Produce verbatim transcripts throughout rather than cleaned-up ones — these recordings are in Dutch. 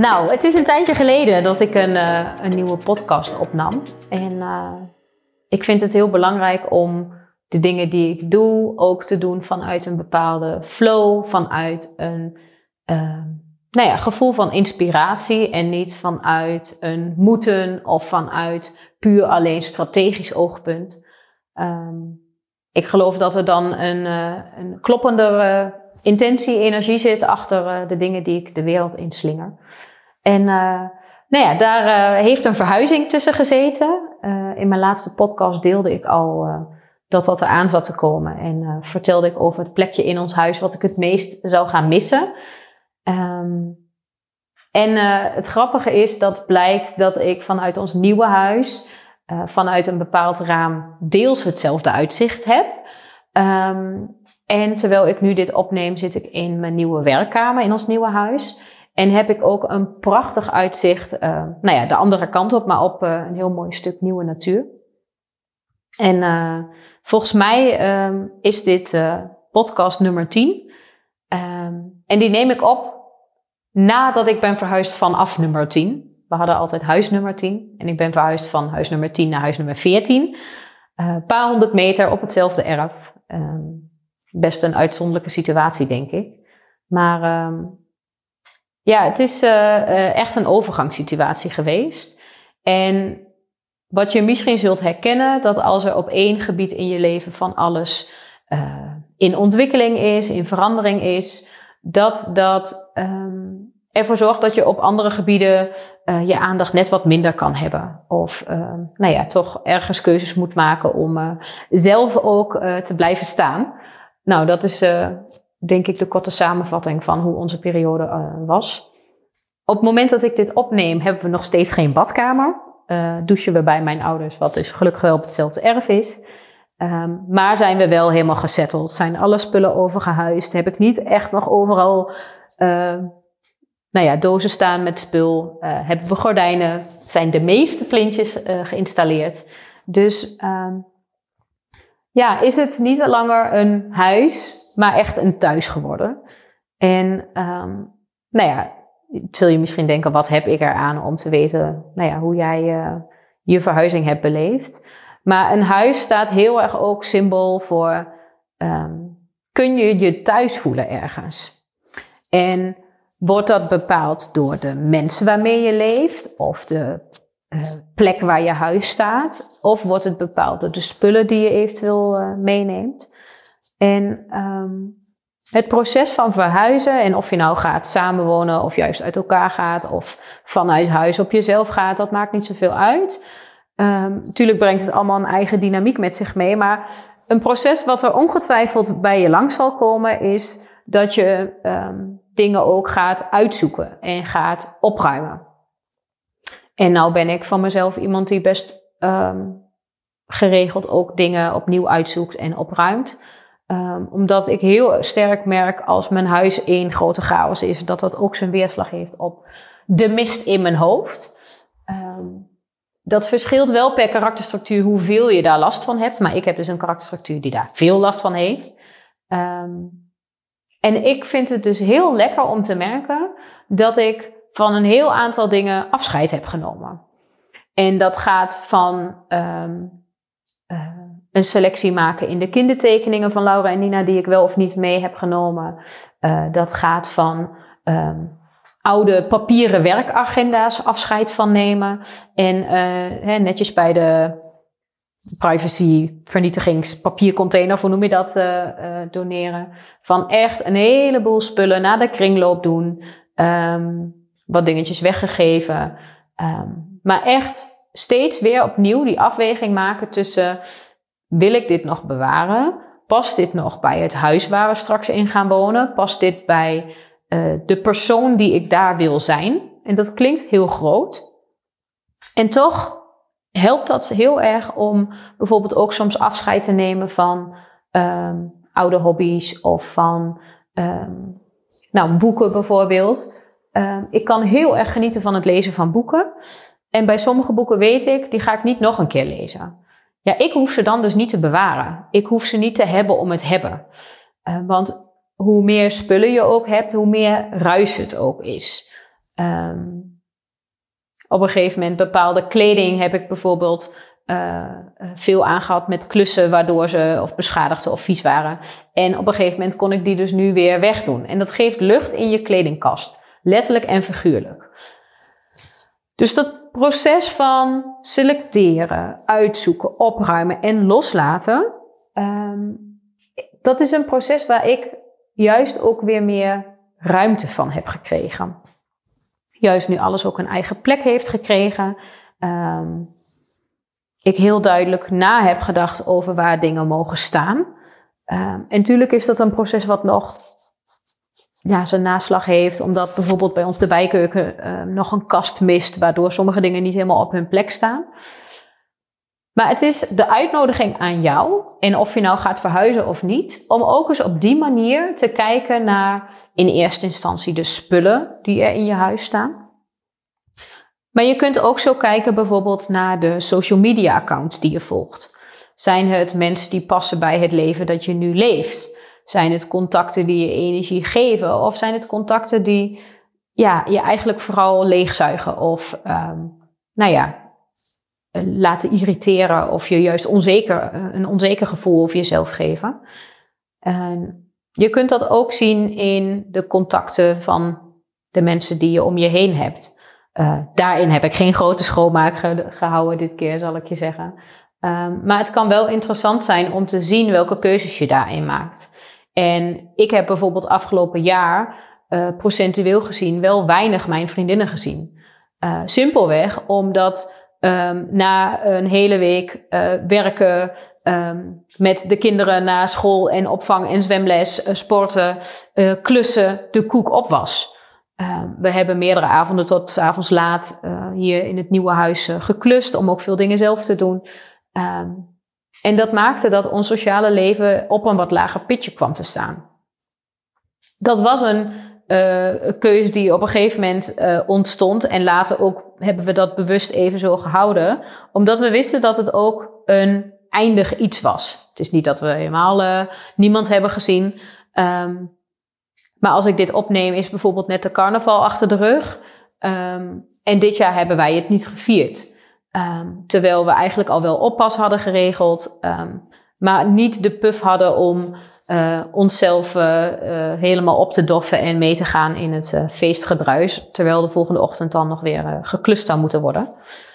Nou, het is een tijdje geleden dat ik een, uh, een nieuwe podcast opnam. En uh, ik vind het heel belangrijk om de dingen die ik doe ook te doen vanuit een bepaalde flow, vanuit een uh, nou ja, gevoel van inspiratie en niet vanuit een moeten of vanuit puur alleen strategisch oogpunt. Um, ik geloof dat er dan een, uh, een kloppendere intentie, energie zit achter uh, de dingen die ik de wereld inslinger. En uh, nou ja, daar uh, heeft een verhuizing tussen gezeten. Uh, in mijn laatste podcast deelde ik al uh, dat dat eraan zat te komen. En uh, vertelde ik over het plekje in ons huis wat ik het meest zou gaan missen. Um, en uh, het grappige is dat blijkt dat ik vanuit ons nieuwe huis, uh, vanuit een bepaald raam, deels hetzelfde uitzicht heb. Um, en terwijl ik nu dit opneem, zit ik in mijn nieuwe werkkamer in ons nieuwe huis. En heb ik ook een prachtig uitzicht, uh, nou ja, de andere kant op, maar op uh, een heel mooi stuk nieuwe natuur. En uh, volgens mij um, is dit uh, podcast nummer tien. Um, en die neem ik op nadat ik ben verhuisd vanaf nummer tien. We hadden altijd huis nummer tien. En ik ben verhuisd van huis nummer tien naar huis nummer veertien. Uh, een paar honderd meter op hetzelfde erf. Um, best een uitzonderlijke situatie, denk ik. Maar um, ja, het is uh, uh, echt een overgangssituatie geweest. En wat je misschien zult herkennen, dat als er op één gebied in je leven van alles uh, in ontwikkeling is, in verandering is, dat dat um, ervoor zorgt dat je op andere gebieden uh, je aandacht net wat minder kan hebben. Of uh, nou ja, toch ergens keuzes moet maken om uh, zelf ook uh, te blijven staan. Nou, dat is uh, denk ik de korte samenvatting van hoe onze periode uh, was. Op het moment dat ik dit opneem, hebben we nog steeds geen badkamer. Uh, douchen we bij mijn ouders, wat dus gelukkig wel op hetzelfde erf is. Um, maar zijn we wel helemaal gesetteld. Zijn alle spullen overgehuisd. Heb ik niet echt nog overal uh, nou ja, dozen staan met spul. Uh, hebben we gordijnen. Zijn de meeste plintjes uh, geïnstalleerd. Dus um, ja, is het niet langer een huis, maar echt een thuis geworden. En um, nou ja, zul je misschien denken, wat heb ik eraan om te weten nou ja, hoe jij uh, je verhuizing hebt beleefd. Maar een huis staat heel erg ook symbool voor, um, kun je je thuis voelen ergens? En wordt dat bepaald door de mensen waarmee je leeft of de uh, plek waar je huis staat? Of wordt het bepaald door de spullen die je eventueel uh, meeneemt? En um, het proces van verhuizen, en of je nou gaat samenwonen of juist uit elkaar gaat of vanuit huis op jezelf gaat, dat maakt niet zoveel uit. Um, natuurlijk brengt het allemaal een eigen dynamiek met zich mee, maar een proces wat er ongetwijfeld bij je langs zal komen is dat je um, dingen ook gaat uitzoeken en gaat opruimen. En nou ben ik van mezelf iemand die best um, geregeld ook dingen opnieuw uitzoekt en opruimt. Um, omdat ik heel sterk merk als mijn huis één grote chaos is, dat dat ook zijn weerslag heeft op de mist in mijn hoofd. Um, dat verschilt wel per karakterstructuur hoeveel je daar last van hebt. Maar ik heb dus een karakterstructuur die daar veel last van heeft. Um, en ik vind het dus heel lekker om te merken dat ik van een heel aantal dingen afscheid heb genomen. En dat gaat van um, uh, een selectie maken in de kindertekeningen van Laura en Nina die ik wel of niet mee heb genomen. Uh, dat gaat van um, oude papieren werkagenda's afscheid van nemen. En uh, hè, netjes bij de privacy vernietigingspapiercontainer, hoe noem je dat, uh, uh, doneren. Van echt een heleboel spullen naar de kringloop doen. Um, wat dingetjes weggegeven. Um, maar echt steeds weer opnieuw die afweging maken tussen, wil ik dit nog bewaren? Past dit nog bij het huis waar we straks in gaan wonen? Past dit bij uh, de persoon die ik daar wil zijn? En dat klinkt heel groot. En toch helpt dat heel erg om bijvoorbeeld ook soms afscheid te nemen van um, oude hobby's of van um, nou, boeken bijvoorbeeld. Um, ik kan heel erg genieten van het lezen van boeken. En bij sommige boeken weet ik, die ga ik niet nog een keer lezen. Ja, ik hoef ze dan dus niet te bewaren. Ik hoef ze niet te hebben om het hebben. Uh, want hoe meer spullen je ook hebt, hoe meer ruis het ook is. Um, op een gegeven moment bepaalde kleding heb ik bijvoorbeeld uh, veel aangehad met klussen waardoor ze of beschadigd of vies waren. En op een gegeven moment kon ik die dus nu weer wegdoen. En dat geeft lucht in je kledingkast. Letterlijk en figuurlijk. Dus dat proces van selecteren, uitzoeken, opruimen en loslaten. Um, dat is een proces waar ik juist ook weer meer ruimte van heb gekregen. Juist nu alles ook een eigen plek heeft gekregen. Um, ik heel duidelijk na heb gedacht over waar dingen mogen staan. Um, en natuurlijk is dat een proces wat nog ja, zijn naslag heeft. Omdat bijvoorbeeld bij ons de bijkeuken uh, nog een kast mist. Waardoor sommige dingen niet helemaal op hun plek staan. Maar het is de uitnodiging aan jou. En of je nou gaat verhuizen of niet. Om ook eens op die manier te kijken naar in eerste instantie de spullen die er in je huis staan. Maar je kunt ook zo kijken bijvoorbeeld naar de social media accounts die je volgt. Zijn het mensen die passen bij het leven dat je nu leeft? Zijn het contacten die je energie geven? Of zijn het contacten die ja, je eigenlijk vooral leegzuigen? Of um, nou ja, laten irriteren of je juist onzeker, een onzeker gevoel over jezelf geven. En je kunt dat ook zien in de contacten van de mensen die je om je heen hebt. Uh, daarin heb ik geen grote schoonmaak ge- gehouden dit keer, zal ik je zeggen. Um, maar het kan wel interessant zijn om te zien welke keuzes je daarin maakt. En ik heb bijvoorbeeld afgelopen jaar uh, procentueel gezien wel weinig mijn vriendinnen gezien. Uh, simpelweg omdat um, na een hele week uh, werken, um, met de kinderen naar school en opvang en zwemles, uh, sporten, uh, klussen, de koek op was. Uh, we hebben meerdere avonden tot 's avonds laat uh, hier in het nieuwe huis uh, geklust om ook veel dingen zelf te doen. Um, en dat maakte dat ons sociale leven op een wat lager pitje kwam te staan. Dat was een uh, keuze die op een gegeven moment uh, ontstond. En later ook hebben we dat bewust even zo gehouden. Omdat we wisten dat het ook een eindig iets was. Het is niet dat we helemaal uh, niemand hebben gezien. Um, maar als ik dit opneem is bijvoorbeeld net de carnaval achter de rug. Um, en dit jaar hebben wij het niet gevierd. Um, terwijl we eigenlijk al wel oppas hadden geregeld. Um, maar niet de puff hadden om uh, onszelf uh, uh, helemaal op te doffen en mee te gaan in het uh, feestgedruis. Terwijl de volgende ochtend dan nog weer uh, geklust zou moeten worden.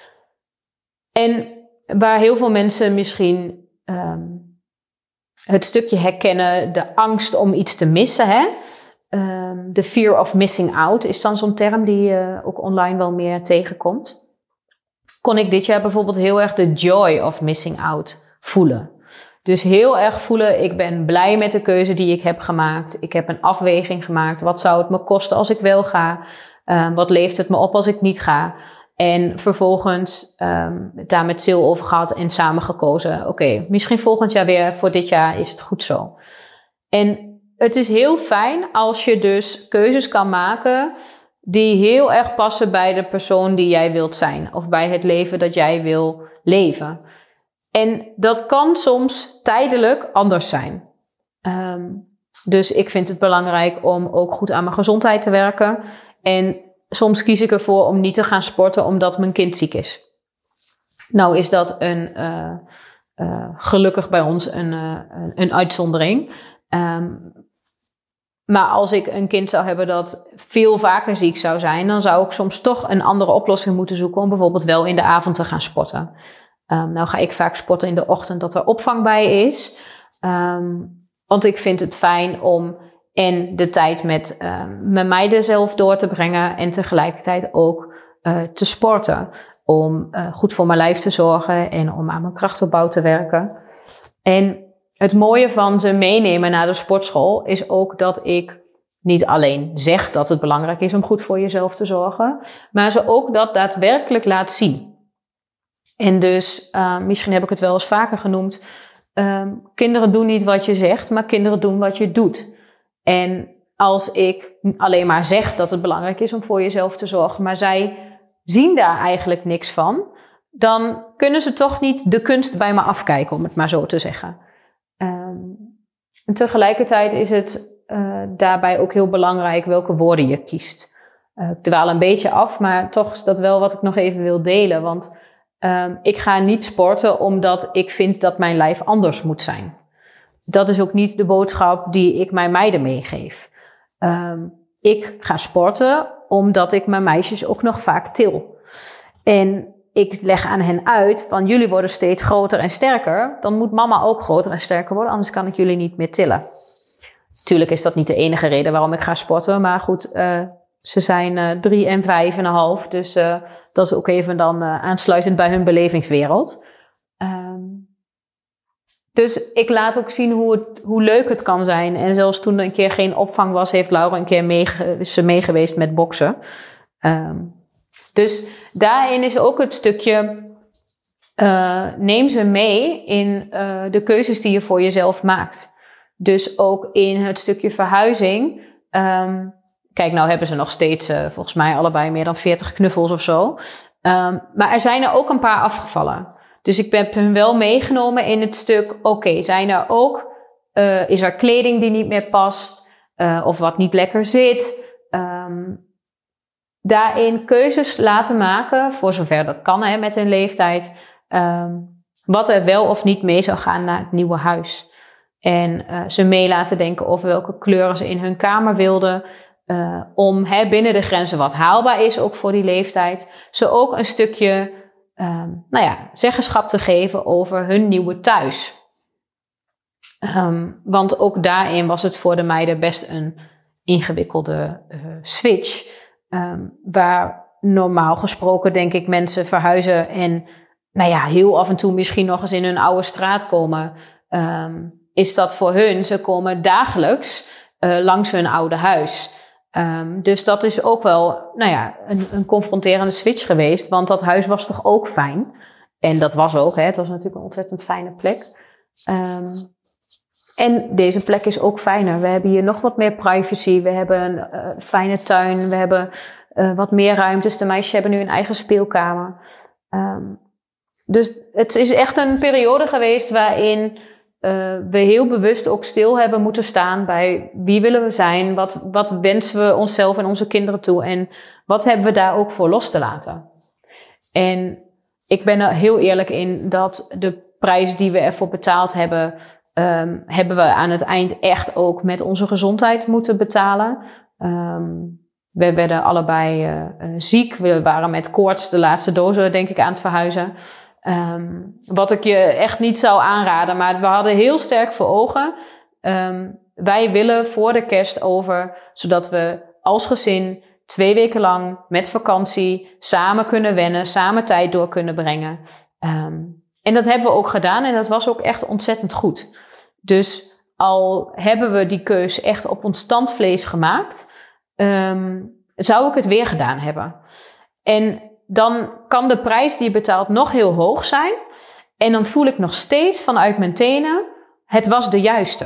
En waar heel veel mensen misschien um, het stukje herkennen, de angst om iets te missen. Hè? Um, the fear of missing out is dan zo'n term die uh, ook online wel meer tegenkomt. Kon ik dit jaar bijvoorbeeld heel erg de joy of missing out voelen. Dus heel erg voelen, ik ben blij met de keuze die ik heb gemaakt. Ik heb een afweging gemaakt. Wat zou het me kosten als ik wel ga? Um, wat levert het me op als ik niet ga? En vervolgens um, daar met Sil over gehad en samen gekozen. Oké, okay, misschien volgend jaar weer, voor dit jaar is het goed zo. En het is heel fijn als je dus keuzes kan maken die heel erg passen bij de persoon die jij wilt zijn. Of bij het leven dat jij wil leven. En dat kan soms tijdelijk anders zijn. Um, dus ik vind het belangrijk om ook goed aan mijn gezondheid te werken. En soms kies ik ervoor om niet te gaan sporten omdat mijn kind ziek is. Nou is dat een, uh, uh, gelukkig bij ons een, uh, een uitzondering. Um, Maar als ik een kind zou hebben dat veel vaker ziek zou zijn, dan zou ik soms toch een andere oplossing moeten zoeken om bijvoorbeeld wel in de avond te gaan sporten. Um, nou ga ik vaak sporten in de ochtend dat er opvang bij is. Um, want ik vind het fijn om en de tijd met um, mijn meiden zelf door te brengen en tegelijkertijd ook uh, te sporten. Om uh, goed voor mijn lijf te zorgen en om aan mijn krachtopbouw te werken. En het mooie van ze meenemen naar de sportschool is ook dat ik niet alleen zeg dat het belangrijk is om goed voor jezelf te zorgen, maar ze ook dat daadwerkelijk laat zien. En dus, uh, misschien heb ik het wel eens vaker genoemd, um, kinderen doen niet wat je zegt, maar kinderen doen wat je doet. En als ik alleen maar zeg dat het belangrijk is om voor jezelf te zorgen, maar zij zien daar eigenlijk niks van, dan kunnen ze toch niet de kunst bij me afkijken, om het maar zo te zeggen. Um, en tegelijkertijd is het uh, daarbij ook heel belangrijk welke woorden je kiest. uh, ik dwaal een beetje af, maar toch is dat wel wat ik nog even wil delen. Want um, ik ga niet sporten omdat ik vind dat mijn lijf anders moet zijn. Dat is ook niet de boodschap die ik mijn meiden meegeef. Um, ik ga sporten omdat ik mijn meisjes ook nog vaak til. En ik leg aan hen uit, van jullie worden steeds groter en sterker. Dan moet mama ook groter en sterker worden, anders kan ik jullie niet meer tillen. Tuurlijk is dat niet de enige reden waarom ik ga sporten. Maar goed, uh, ze zijn uh, drie en vijf en een half. Dus uh, dat is ook even dan uh, aansluitend bij hun belevingswereld. Um, dus ik laat ook zien hoe, het, hoe leuk het kan zijn. En zelfs toen er een keer geen opvang was, heeft Laura een keer meege, is ze meegeweest met boksen. Um, dus daarin is ook het stukje, uh, neem ze mee in uh, de keuzes die je voor jezelf maakt. Dus ook in het stukje verhuizing. Um, kijk, nou hebben ze nog steeds uh, volgens mij allebei meer dan veertig knuffels of zo. Um, maar er zijn er ook een paar afgevallen. Dus ik heb hun wel meegenomen in het stuk, oké, okay, zijn er ook, uh, is er kleding die niet meer past, uh, of wat niet lekker zit. Um, daarin keuzes laten maken, voor zover dat kan hè, met hun leeftijd, um, wat er wel of niet mee zou gaan naar het nieuwe huis. En uh, ze mee laten denken over welke kleuren ze in hun kamer wilden. Uh, om hè, binnen de grenzen wat haalbaar is, ook voor die leeftijd. Ze ook een stukje um, nou ja, zeggenschap te geven over hun nieuwe thuis. Um, want ook daarin was het voor de meiden best een ingewikkelde uh, switch. Um, waar normaal gesproken denk ik mensen verhuizen en nou ja, heel af en toe misschien nog eens in hun oude straat komen. Um, is dat voor hun, ze komen dagelijks uh, langs hun oude huis. Um, dus dat is ook wel, nou ja, een, een confronterende switch geweest. Want dat huis was toch ook fijn. En dat was ook, hè. Het was natuurlijk een ontzettend fijne plek. Um, en deze plek is ook fijner. We hebben hier nog wat meer privacy. We hebben een uh, fijne tuin. We hebben uh, wat meer ruimtes. De meisjes hebben nu een eigen speelkamer. Um, dus het is echt een periode geweest waarin Uh, we heel bewust ook stil hebben moeten staan bij wie willen we zijn, wat, wat wensen we onszelf en onze kinderen toe en wat hebben we daar ook voor los te laten. En ik ben er heel eerlijk in dat de prijs die we ervoor betaald hebben, um, hebben we aan het eind echt ook met onze gezondheid moeten betalen. Um, we werden allebei uh, uh, ziek, we waren met koorts de laatste dozen denk ik aan het verhuizen. Um, wat ik je echt niet zou aanraden, maar we hadden heel sterk voor ogen. Um, wij willen voor de kerst over, zodat we als gezin twee weken lang met vakantie samen kunnen wennen, samen tijd door kunnen brengen. Um, en dat hebben we ook gedaan en dat was ook echt ontzettend goed. Dus al hebben we die keus echt op ons tandvlees gemaakt, um, zou ik het weer gedaan hebben. En dan kan de prijs die je betaalt nog heel hoog zijn. En dan voel ik nog steeds vanuit mijn tenen, het was de juiste.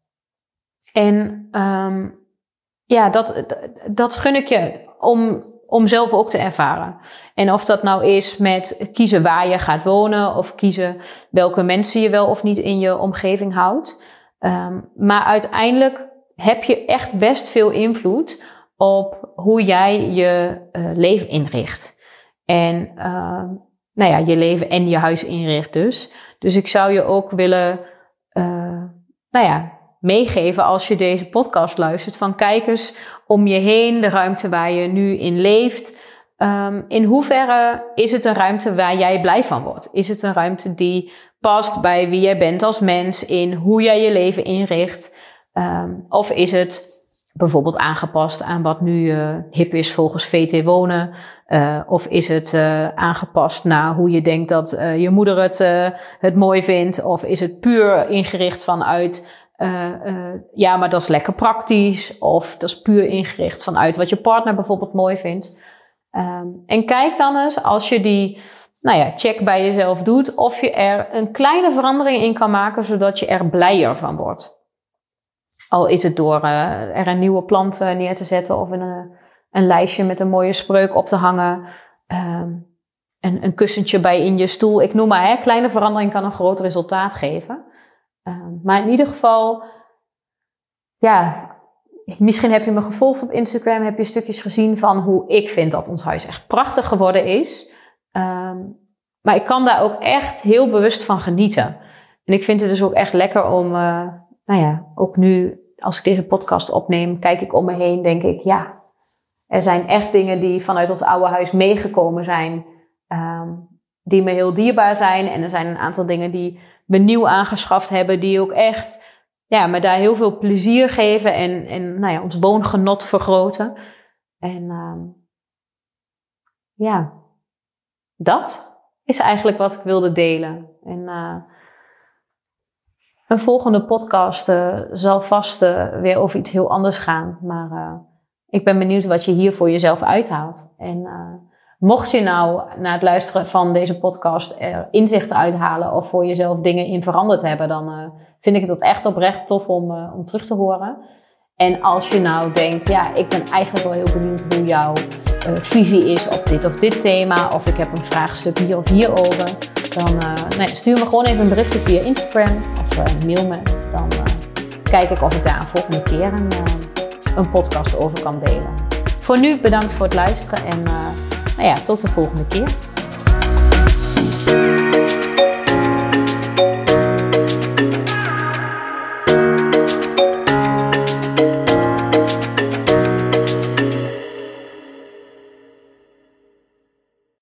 En um, ja, dat, dat gun ik je om, om zelf ook te ervaren. En of dat nou is met kiezen waar je gaat wonen, of kiezen welke mensen je wel of niet in je omgeving houdt. Um, maar uiteindelijk heb je echt best veel invloed op hoe jij je uh, leven inricht. En uh, nou ja, je leven en je huis inricht dus. Dus ik zou je ook willen uh, nou ja, meegeven als je deze podcast luistert. Van kijk eens om je heen, de ruimte waar je nu in leeft. Um, in hoeverre is het een ruimte waar jij blij van wordt? Is het een ruimte die past bij wie jij bent als mens, in hoe jij je leven inricht? Um, of is het bijvoorbeeld aangepast aan wat nu uh, hip is volgens V T Wonen? Uh, of is het uh, aangepast naar hoe je denkt dat uh, je moeder het, uh, het mooi vindt? Of is het puur ingericht vanuit, uh, uh, ja, maar dat is lekker praktisch. Of dat is puur ingericht vanuit wat je partner bijvoorbeeld mooi vindt. Um, en kijk dan eens, als je die nou ja, check bij jezelf doet, of je er een kleine verandering in kan maken, zodat je er blijer van wordt. Al is het door uh, er een nieuwe plant uh, neer te zetten of een, een lijstje met een mooie spreuk op te hangen. Um, een, een kussentje bij in je stoel. Ik noem maar, hè, kleine verandering kan een groot resultaat geven. Um, maar in ieder geval, ja, Misschien heb je me gevolgd op Instagram, heb je stukjes gezien van hoe ik vind dat ons huis echt prachtig geworden is. Um, maar ik kan daar ook echt heel bewust van genieten. En ik vind het dus ook echt lekker om, uh, nou ja, ook nu als ik deze podcast opneem, kijk ik om me heen, denk ik, ja, er zijn echt dingen die vanuit ons oude huis meegekomen zijn, um, die me heel dierbaar zijn. En er zijn een aantal dingen die we nieuw aangeschaft hebben, die ook echt, ja, me daar heel veel plezier geven en, en nou ja, ons woongenot vergroten. En um, ja, dat is eigenlijk wat ik wilde delen. En uh, een volgende podcast uh, zal vast uh, weer over iets heel anders gaan. Maar uh, ik ben benieuwd wat je hier voor jezelf uithaalt. En uh, mocht je nou na het luisteren van deze podcast er inzichten uithalen of voor jezelf dingen in veranderd hebben, dan uh, vind ik het echt oprecht tof om, uh, om terug te horen. En als je nou denkt, ja, ik ben eigenlijk wel heel benieuwd hoe jouw uh, visie is op dit of dit thema, of ik heb een vraagstuk hier of hierover, dan uh, nee, stuur me gewoon even een berichtje via Instagram of uh, mail me. Dan uh, kijk ik of ik daar een volgende keer een, uh, een podcast over kan delen. Voor nu bedankt voor het luisteren en uh, nou ja, tot de volgende keer.